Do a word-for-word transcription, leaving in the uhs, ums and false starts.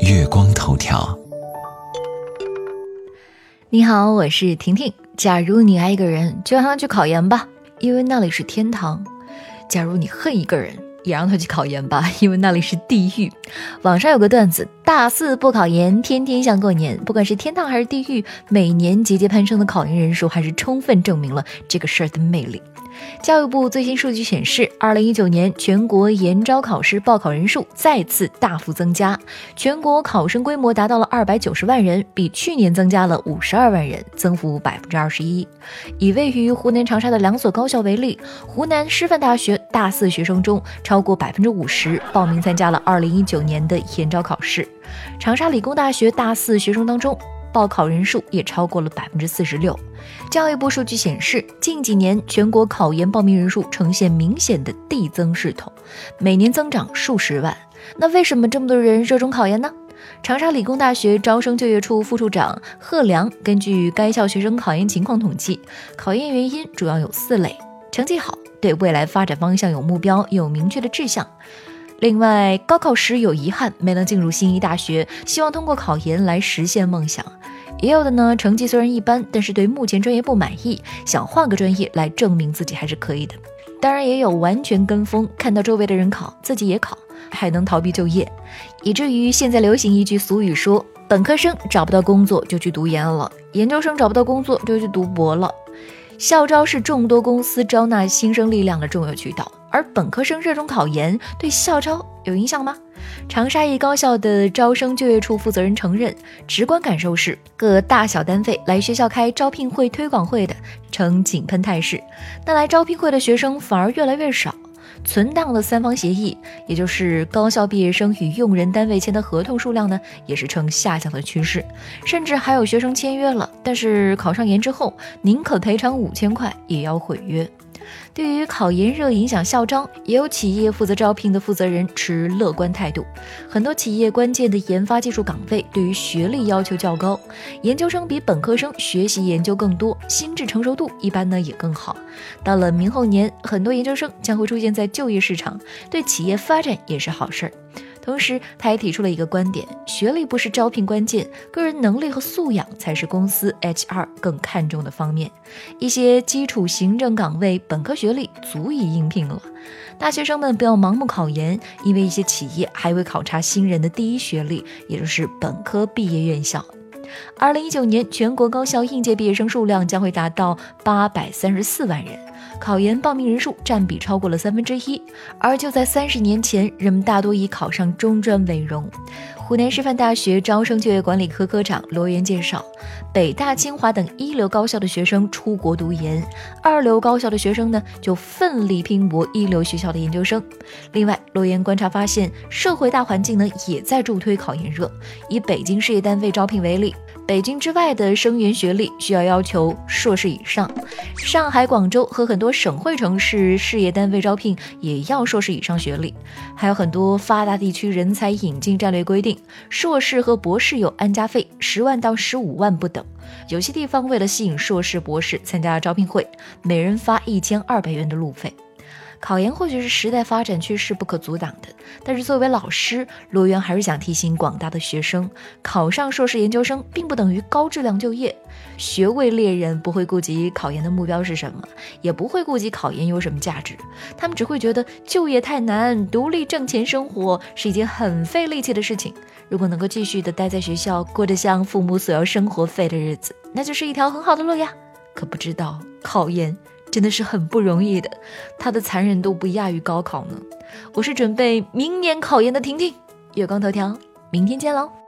月光头条。 你好，我是婷婷。假如你爱一个人，就让他去考研吧，因为那里是天堂。假如你恨一个人，也让他去考研吧，因为那里是地狱。网上有个段子，大四不考研，天天像过年。不管是天堂还是地狱，每年节节攀升的考研人数还是充分证明了这个事儿的魅力。教育部最新数据显示，二零一九年全国研招考试报考人数再次大幅增加，全国考生规模达到了二百九十万人，比去年增加了五十二万人，增幅百分之二十一。以位于湖南长沙的两所高校为例，湖南师范大学大四学生中超过百分之五十报名参加了二零一九年的研招考试，长沙理工大学大四学生当中，报考人数也超过了百分之四十六。教育部数据显示，近几年全国考研报名人数呈现明显的递增势头，每年增长数十万。那为什么这么多人热衷考研呢？长沙理工大学招生就业处副处长贺良根据该校学生考研情况统计，考研原因主要有四类：成绩好，对未来发展方向有目标，有明确的志向；另外，高考时有遗憾，没能进入心仪大学，希望通过考研来实现梦想；也有的呢，成绩虽然一般，但是对目前专业不满意，想换个专业来证明自己还是可以的。当然也有完全跟风，看到周围的人考，自己也考，还能逃避就业，以至于现在流行一句俗语说，本科生找不到工作就去读研了，研究生找不到工作就去读博了。校招是众多公司招纳新生力量的重要渠道，而本科生热衷考研对校招有影响吗？长沙一高校的招生就业处负责人承认，直观感受是各大小单位来学校开招聘会推广会的呈井喷态势，但来招聘会的学生反而越来越少。存档的三方协议，也就是高校毕业生与用人单位签的合同数量呢，也是呈下降的趋势，甚至还有学生签约了，但是考上研之后，宁可赔偿五千块也要毁约。对于考研热影响校招，也有企业负责招聘的负责人持乐观态度。很多企业关键的研发技术岗位对于学历要求较高，研究生比本科生学习研究更多，心智成熟度一般呢也更好。到了明后年，很多研究生将会出现在就业市场，对企业发展也是好事儿。同时，他也提出了一个观点，学历不是招聘关键，个人能力和素养才是公司 H R 更看重的方面。一些基础行政岗位本科学历足以应聘了。大学生们不要盲目考研，因为一些企业还会考察新人的第一学历，也就是本科毕业院校。二零一九年全国高校应届毕业生数量将会达到八百三十四万人，考研报名人数占比超过了三分之一。而就在三十年前，人们大多以考上中专为荣。湖南师范大学招生就业管理科科长罗源介绍，北大清华等一流高校的学生出国读研，二流高校的学生呢就奋力拼搏一流学校的研究生。另外，罗源观察发现，社会大环境呢也在助推考研热。以北京事业单位招聘为例，北京之外的生源学历需要要求硕士以上，上海、广州和很多省会城市事业单位招聘也要硕士以上学历。还有很多发达地区人才引进战略规定，硕士和博士有安家费十万到十五万不等。有些地方为了吸引硕士博士参加招聘会，每人发一千二百元的路费。考研或许是时代发展趋势不可阻挡的，但是作为老师，罗源还是想提醒广大的学生，考上硕士研究生并不等于高质量就业。学位猎人不会顾及考研的目标是什么，也不会顾及考研有什么价值，他们只会觉得就业太难，独立挣钱生活是一件很费力气的事情。如果能够继续的待在学校，过着像父母索要生活费的日子，那就是一条很好的路呀。可不知道考研真的是很不容易的，它的残忍度不亚于高考呢。我是准备明年考研的婷婷，月光头条，明天见喽。